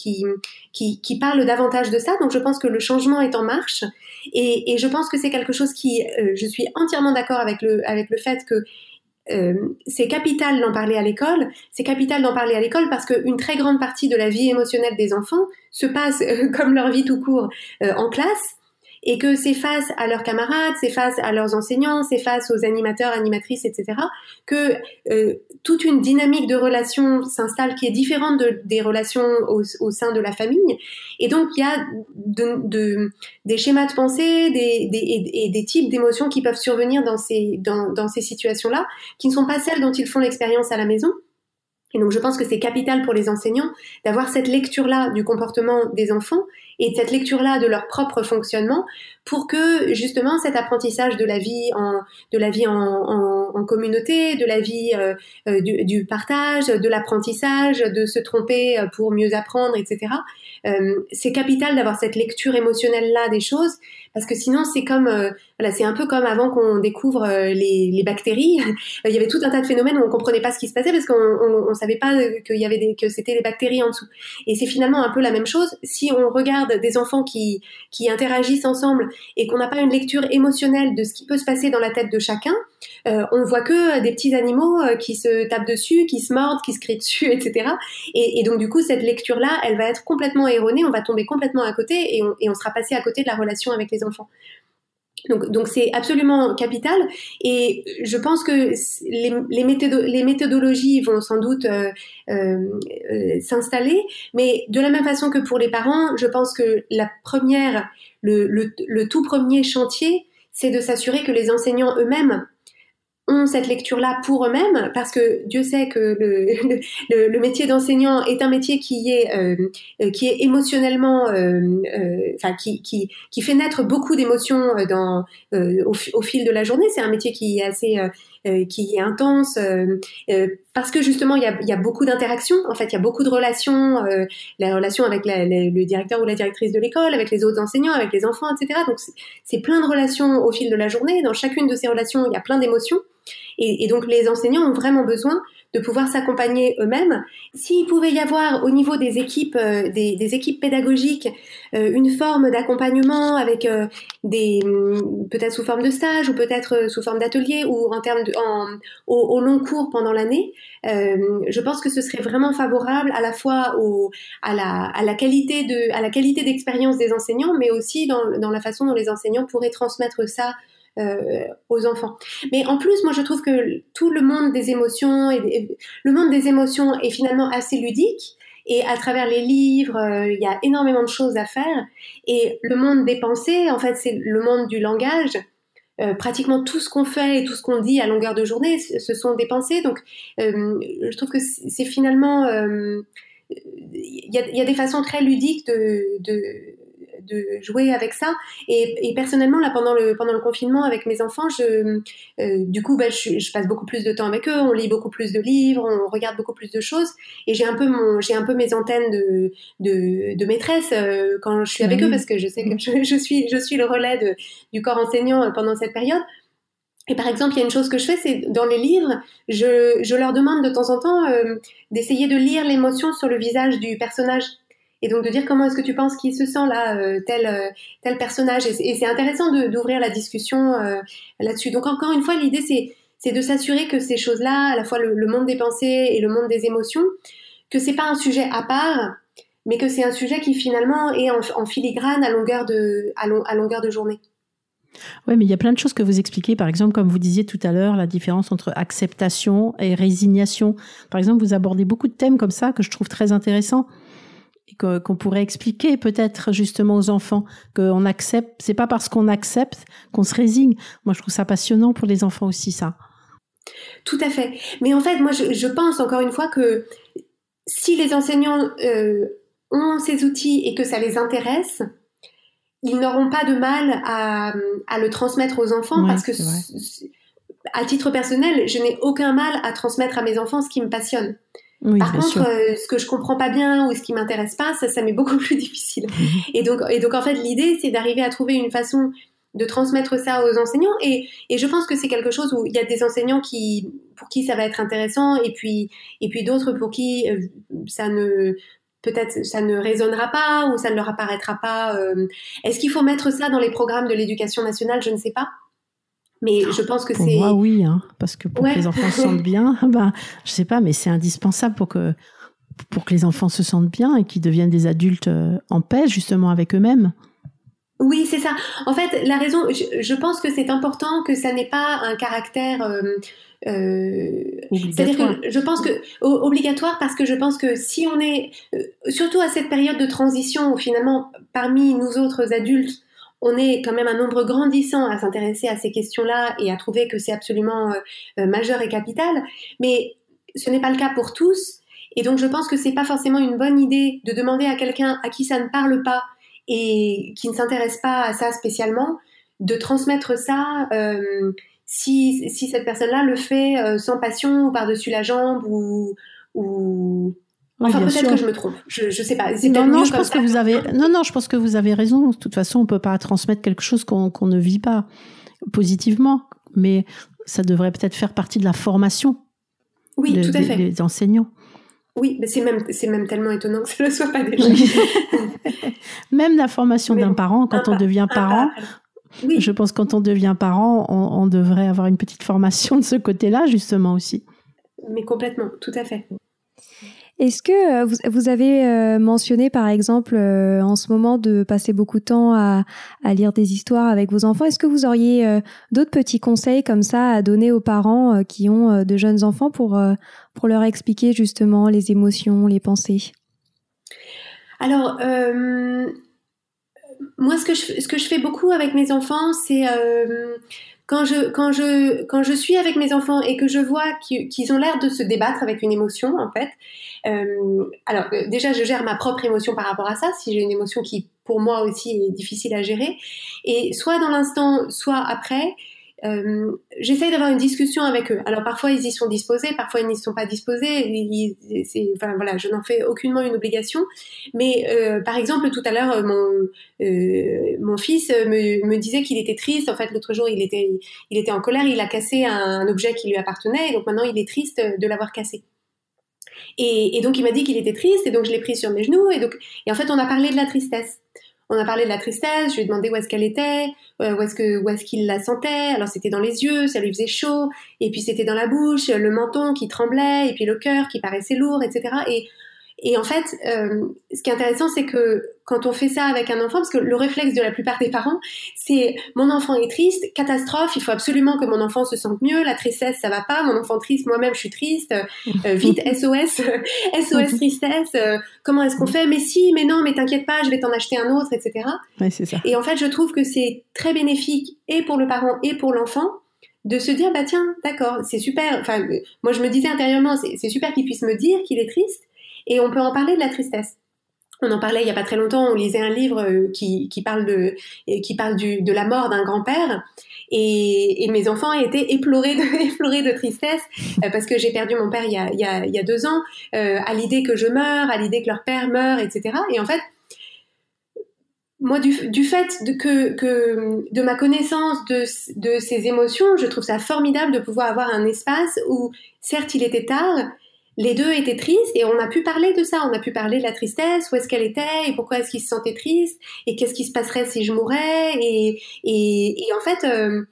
qui parlent davantage de ça. Donc je pense que le changement est en marche et je pense que c'est quelque chose je suis entièrement d'accord avec le fait que c'est capital d'en parler à l'école. C'est capital d'en parler à l'école parce qu'une très grande partie de la vie émotionnelle des enfants se passe, comme leur vie tout court, en classe, et que c'est face à leurs camarades, c'est face à leurs enseignants, c'est face aux animateurs, animatrices, etc., que toute une dynamique de relations s'installe qui est différente des relations au sein de la famille. Et donc, il y a des schémas de pensée et des types d'émotions qui peuvent survenir dans ces situations-là, qui ne sont pas celles dont ils font l'expérience à la maison. Et donc, je pense que c'est capital pour les enseignants d'avoir cette lecture-là du comportement des enfants et cette lecture-là de leur propre fonctionnement pour que, justement, cet apprentissage de la vie en communauté, de la vie du partage, de l'apprentissage, de se tromper pour mieux apprendre, etc., c'est capital d'avoir cette lecture émotionnelle-là des choses parce que sinon, c'est comme Voilà, c'est un peu comme avant qu'on découvre les bactéries. Il y avait tout un tas de phénomènes où on comprenait pas ce qui se passait parce qu'on savait pas que c'était les bactéries en dessous. Et c'est finalement un peu la même chose. Si on regarde des enfants qui interagissent ensemble et qu'on n'a pas une lecture émotionnelle de ce qui peut se passer dans la tête de chacun, on voit que des petits animaux qui se tapent dessus, qui se mordent, qui se crient dessus, etc. Et donc du coup, cette lecture-là, elle va être complètement erronée. On va tomber complètement à côté et on sera passé à côté de la relation avec les enfants. Donc c'est absolument capital et je pense que les méthodologies vont sans doute s'installer, mais de la même façon que pour les parents, je pense que le tout premier chantier, c'est de s'assurer que les enseignants eux-mêmes ont cette lecture-là pour eux-mêmes, parce que Dieu sait que le métier d'enseignant est un métier qui est émotionnellement, qui fait naître beaucoup d'émotions au fil de la journée. C'est un métier qui est assez qui est intense parce que justement il y a beaucoup d'interactions. En fait, il y a beaucoup de relations, la relation avec le directeur ou la directrice de l'école, avec les autres enseignants, avec les enfants, etc. Donc c'est plein de relations au fil de la journée. Dans chacune de ces relations, il y a plein d'émotions. Et donc les enseignants ont vraiment besoin de pouvoir s'accompagner eux-mêmes. S'il pouvait y avoir au niveau des équipes, des équipes pédagogiques, une forme d'accompagnement avec peut-être sous forme de stage ou peut-être sous forme d'atelier ou en termes au long cours pendant l'année, je pense que ce serait vraiment favorable à la fois à la qualité d'expérience des enseignants, mais aussi dans la façon dont les enseignants pourraient transmettre ça aux enfants. Mais en plus, moi, je trouve que tout le monde des émotions est finalement assez ludique. Et à travers les livres, il y a énormément de choses à faire. Et le monde des pensées, en fait, c'est le monde du langage. Pratiquement tout ce qu'on fait et tout ce qu'on dit à longueur de journée, ce sont des pensées. Donc, je trouve que c'est finalement... il y a des façons très ludiques de jouer avec ça et personnellement là pendant le confinement avec mes enfants du coup je passe beaucoup plus de temps avec eux, on lit beaucoup plus de livres, on regarde beaucoup plus de choses et j'ai un peu mes antennes de maîtresse quand je suis avec eux parce que je sais que je suis le relais du corps enseignant pendant cette période. Et par exemple, il y a une chose que je fais, c'est dans les livres, je leur demande de temps en temps d'essayer de lire l'émotion sur le visage du personnage. Et donc de dire comment est-ce que tu penses qu'il se sent là, tel personnage. Et c'est intéressant d'ouvrir la discussion là-dessus. Donc encore une fois, l'idée c'est de s'assurer que ces choses-là, à la fois le monde des pensées et le monde des émotions, que c'est pas un sujet à part, mais que c'est un sujet qui finalement est en filigrane à longueur de journée. Oui, mais il y a plein de choses que vous expliquez. Par exemple, comme vous disiez tout à l'heure, la différence entre acceptation et résignation. Par exemple, vous abordez beaucoup de thèmes comme ça que je trouve très intéressants. Qu'on pourrait expliquer peut-être justement aux enfants qu'on accepte, c'est pas parce qu'on accepte qu'on se résigne. Moi, je trouve ça passionnant pour les enfants aussi, ça. Tout à fait. Mais en fait, moi, je pense encore une fois que si les enseignants ont ces outils et que ça les intéresse, ils n'auront pas de mal à le transmettre aux enfants parce que, à titre personnel, je n'ai aucun mal à transmettre à mes enfants ce qui me passionne. Oui, par contre, ce que je comprends pas bien ou ce qui m'intéresse pas, ça m'est beaucoup plus difficile. Et donc en fait, l'idée, c'est d'arriver à trouver une façon de transmettre ça aux enseignants. Et je pense que c'est quelque chose où il y a des enseignants pour qui ça va être intéressant, et puis d'autres pour qui peut-être ça ne résonnera pas ou ça ne leur apparaîtra pas. Est-ce qu'il faut mettre ça dans les programmes de l'éducation nationale ? Je ne sais pas. Mais je pense que pour moi, oui, hein, parce que pour que les enfants se sentent bien, je sais pas, mais c'est indispensable pour que les enfants se sentent bien et qu'ils deviennent des adultes en paix, justement, avec eux-mêmes. Oui, c'est ça. En fait, la raison, je pense que c'est important que ça n'ait pas un caractère c'est-à-dire que je pense que obligatoire, parce que je pense que si on est surtout à cette période de transition où finalement parmi nous autres adultes on est quand même un nombre grandissant à s'intéresser à ces questions-là et à trouver que c'est absolument majeur et capital, mais ce n'est pas le cas pour tous. Et donc je pense que c'est pas forcément une bonne idée de demander à quelqu'un à qui ça ne parle pas et qui ne s'intéresse pas à ça spécialement, de transmettre ça si cette personne-là le fait sans passion ou par-dessus la jambe ou enfin, peut-être sûr. Que je me trompe. Je sais pas. Non, je pense que vous avez raison. De toute façon, on peut pas transmettre quelque chose qu'on ne vit pas. positivement, mais ça devrait peut-être faire partie de la formation tout à fait. des enseignants. Oui, mais c'est même tellement étonnant que ça ne le soit pas déjà. Même la formation d'un parent, quand on devient parent, je pense que quand on devient parent, on devrait avoir une petite formation de ce côté-là, justement, aussi. Mais complètement, tout à fait. Est-ce que vous avez mentionné, par exemple, en ce moment, de passer beaucoup de temps à lire des histoires avec vos enfants. Est-ce que vous auriez d'autres petits conseils comme ça à donner aux parents qui ont de jeunes enfants pour leur expliquer justement les émotions, les pensées? Alors, moi, ce que je fais beaucoup avec mes enfants, c'est quand je suis avec mes enfants et que je vois qu'ils ont l'air de se débattre avec une émotion, en fait. Alors, déjà, je gère ma propre émotion par rapport à ça, si j'ai une émotion qui, pour moi aussi, est difficile à gérer. Et soit dans l'instant, soit après, j'essaye d'avoir une discussion avec eux. Alors parfois ils y sont disposés, parfois ils n'y sont pas disposés. Enfin voilà, je n'en fais aucunement une obligation. Mais par exemple, tout à l'heure, mon fils me disait qu'il était triste. En fait, l'autre jour, il était en colère. Il a cassé un objet qui lui appartenait, et donc maintenant il est triste de l'avoir cassé. Et donc il m'a dit qu'il était triste, et donc je l'ai pris sur mes genoux, et en fait on a parlé de la tristesse. On a parlé de la tristesse, je lui ai demandé où est-ce qu'elle était, où est-ce qu'il la sentait. Alors c'était dans les yeux, ça lui faisait chaud, et puis c'était dans la bouche, le menton qui tremblait, et puis le cœur qui paraissait lourd, etc. Et en fait, ce qui est intéressant, c'est que quand on fait ça avec un enfant, parce que le réflexe de la plupart des parents, c'est mon enfant est triste, catastrophe, il faut absolument que mon enfant se sente mieux, la tristesse, ça va pas, mon enfant triste, moi-même je suis triste, vite SOS, SOS tristesse, comment est-ce qu'on fait? Mais si, mais non, mais t'inquiète pas, je vais t'en acheter un autre, etc. Ouais, c'est ça. Et en fait, je trouve que c'est très bénéfique et pour le parent et pour l'enfant de se dire, bah tiens, d'accord, c'est super, enfin, moi je me disais intérieurement, c'est super qu'il puisse me dire qu'il est triste, et on peut en parler de la tristesse. On en parlait il y a pas très longtemps, on lisait un livre qui parle de la mort d'un grand-père, et mes enfants étaient éplorés de tristesse parce que j'ai perdu mon père il y a 2 ans, à l'idée que je meurs, à l'idée que leur père meurt, etc. Et en fait, moi, du fait de ma connaissance de ces émotions, je trouve ça formidable de pouvoir avoir un espace où, certes, il était tard, les deux étaient tristes, et on a pu parler de ça, on a pu parler de la tristesse, où est-ce qu'elle était, et pourquoi est-ce qu'il se sentait triste, et qu'est-ce qui se passerait si je mourais, et en fait,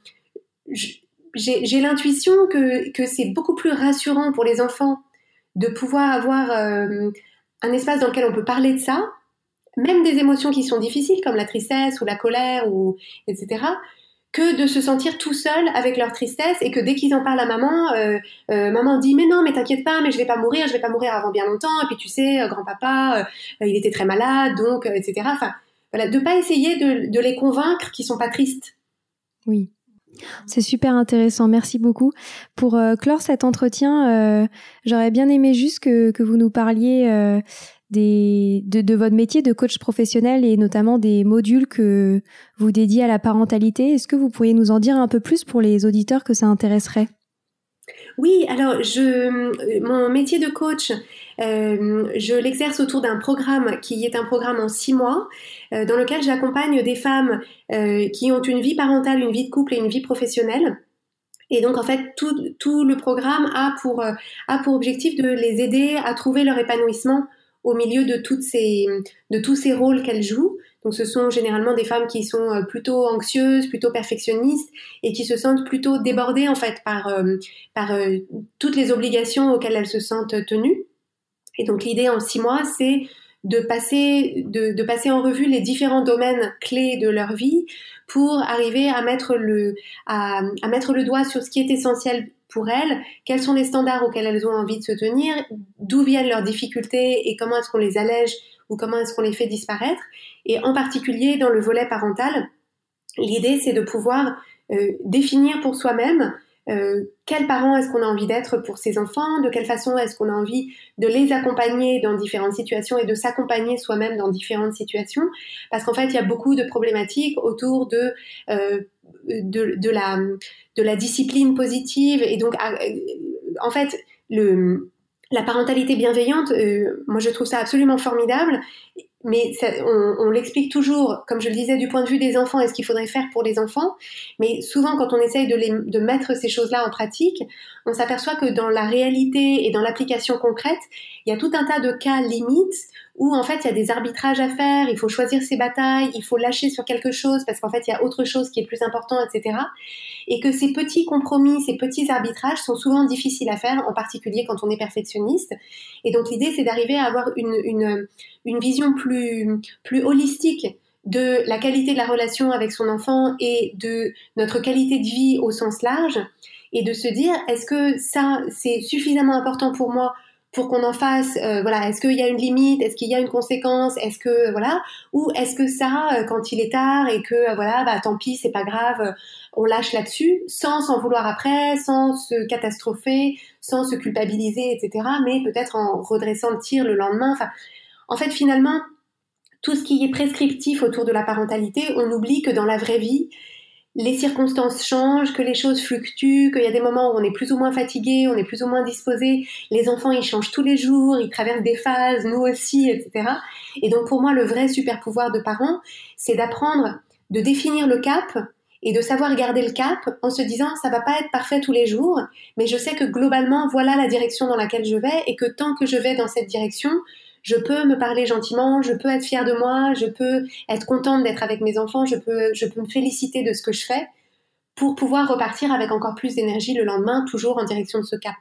j'ai l'intuition que c'est beaucoup plus rassurant pour les enfants de pouvoir avoir un espace dans lequel on peut parler de ça, même des émotions qui sont difficiles, comme la tristesse ou la colère, etc., que de se sentir tout seul avec leur tristesse, et que dès qu'ils en parlent à maman, maman dit « Mais non, mais t'inquiète pas, mais je vais pas mourir avant bien longtemps, et puis tu sais, grand-papa, il était très malade, donc, etc. » Enfin, voilà, de pas essayer de les convaincre qu'ils sont pas tristes. Oui. C'est super intéressant, merci beaucoup. Pour clore cet entretien, j'aurais bien aimé juste que vous nous parliez de votre métier de coach professionnel, et notamment des modules que vous dédiez à la parentalité. Est-ce que vous pourriez nous en dire un peu plus pour les auditeurs que ça intéresserait? Oui, alors mon métier de coach, je l'exerce autour d'un programme qui est un programme en 6 mois, dans lequel j'accompagne des femmes qui ont une vie parentale, une vie de couple et une vie professionnelle. Et donc en fait tout le programme a pour objectif de les aider à trouver leur épanouissement au milieu de tous ces rôles qu'elles jouent. Donc ce sont généralement des femmes qui sont plutôt anxieuses, plutôt perfectionnistes, et qui se sentent plutôt débordées en fait par toutes les obligations auxquelles elles se sentent tenues. Et donc l'idée en 6 mois, c'est de passer en revue les différents domaines clés de leur vie pour arriver à mettre le doigt sur ce qui est essentiel pour elles, quels sont les standards auxquels elles ont envie de se tenir, d'où viennent leurs difficultés et comment est-ce qu'on les allège ou comment est-ce qu'on les fait disparaître. Et en particulier dans le volet parental, l'idée c'est de pouvoir définir pour soi-même quel parent est-ce qu'on a envie d'être pour ses enfants, de quelle façon est-ce qu'on a envie de les accompagner dans différentes situations et de s'accompagner soi-même dans différentes situations, parce qu'en fait il y a beaucoup de problématiques autour de la discipline positive, et donc en fait la parentalité bienveillante, moi je trouve ça absolument formidable, mais on l'explique toujours, comme je le disais, du point de vue des enfants et ce qu'il faudrait faire pour les enfants. Mais souvent, quand on essaye de mettre ces choses-là en pratique, on s'aperçoit que dans la réalité et dans l'application concrète, il y a tout un tas de cas limites où en fait il y a des arbitrages à faire, il faut choisir ses batailles, il faut lâcher sur quelque chose parce qu'en fait il y a autre chose qui est plus important, etc. Et que ces petits compromis, ces petits arbitrages sont souvent difficiles à faire, en particulier quand on est perfectionniste. Et donc l'idée c'est d'arriver à avoir une vision plus holistique de la qualité de la relation avec son enfant et de notre qualité de vie au sens large, et de se dire est-ce que ça c'est suffisamment important pour moi pour qu'on en fasse, est-ce qu'il y a une limite, est-ce qu'il y a une conséquence, est-ce que, ou est-ce que ça, quand il est tard et que, tant pis, c'est pas grave, on lâche là-dessus, sans s'en vouloir après, sans se catastropher, sans se culpabiliser, etc., mais peut-être en redressant le tir le lendemain. Enfin, en fait, finalement, tout ce qui est prescriptif autour de la parentalité, on oublie que dans la vraie vie, les circonstances changent, que les choses fluctuent, qu'il y a des moments où on est plus ou moins fatigué, on est plus ou moins disposé. Les enfants, ils changent tous les jours, ils traversent des phases, nous aussi, etc. Et donc, pour moi, le vrai super pouvoir de parent, c'est d'apprendre, de définir le cap et de savoir garder le cap en se disant, ça va pas être parfait tous les jours, mais je sais que globalement, voilà la direction dans laquelle je vais et que tant que je vais dans cette direction, je peux me parler gentiment, je peux être fière de moi, je peux être contente d'être avec mes enfants, je peux me féliciter de ce que je fais pour pouvoir repartir avec encore plus d'énergie le lendemain, toujours en direction de ce cap.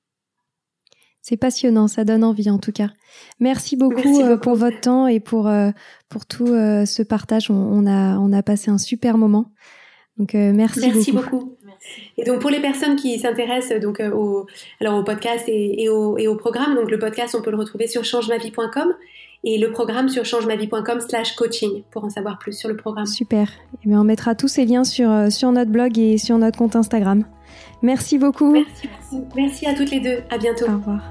C'est passionnant, ça donne envie en tout cas. Merci beaucoup pour votre temps et pour tout ce partage. On a passé un super moment. Donc merci beaucoup. Et donc pour les personnes qui s'intéressent donc au podcast et au programme, donc le podcast on peut le retrouver sur changemavie.com et le programme sur changemavie.com/coaching pour en savoir plus sur le programme. Super. Et bien on mettra tous ces liens sur notre blog et sur notre compte Instagram. Merci beaucoup. Merci à toutes les deux. À bientôt. Au revoir.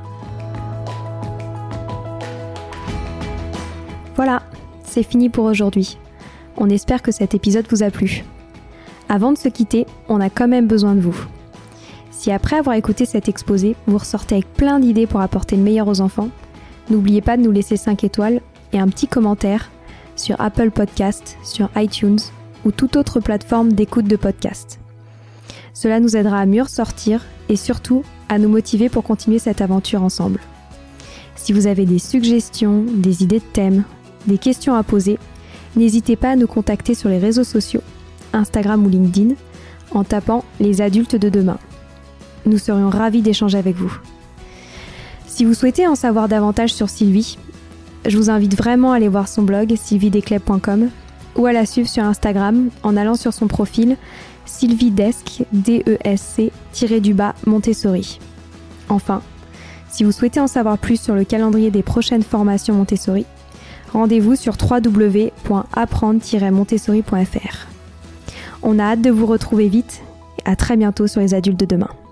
Voilà, c'est fini pour aujourd'hui. On espère que cet épisode vous a plu. Avant de se quitter, on a quand même besoin de vous. Si après avoir écouté cet exposé, vous ressortez avec plein d'idées pour apporter le meilleur aux enfants, n'oubliez pas de nous laisser 5 étoiles et un petit commentaire sur Apple Podcast, sur iTunes ou toute autre plateforme d'écoute de podcast. Cela nous aidera à mieux ressortir et surtout à nous motiver pour continuer cette aventure ensemble. Si vous avez des suggestions, des idées de thèmes, des questions à poser, n'hésitez pas à nous contacter sur les réseaux sociaux, Instagram ou LinkedIn, en tapant « Les adultes de demain ». Nous serions ravis d'échanger avec vous. Si vous souhaitez en savoir davantage sur Sylvie, je vous invite vraiment à aller voir son blog sylviedesclèves.com ou à la suivre sur Instagram en allant sur son profil sylviedesc, DESC-Montessori. Enfin, si vous souhaitez en savoir plus sur le calendrier des prochaines formations Montessori, rendez-vous sur www.apprendre-montessori.fr. On a hâte de vous retrouver vite et à très bientôt sur les adultes de demain.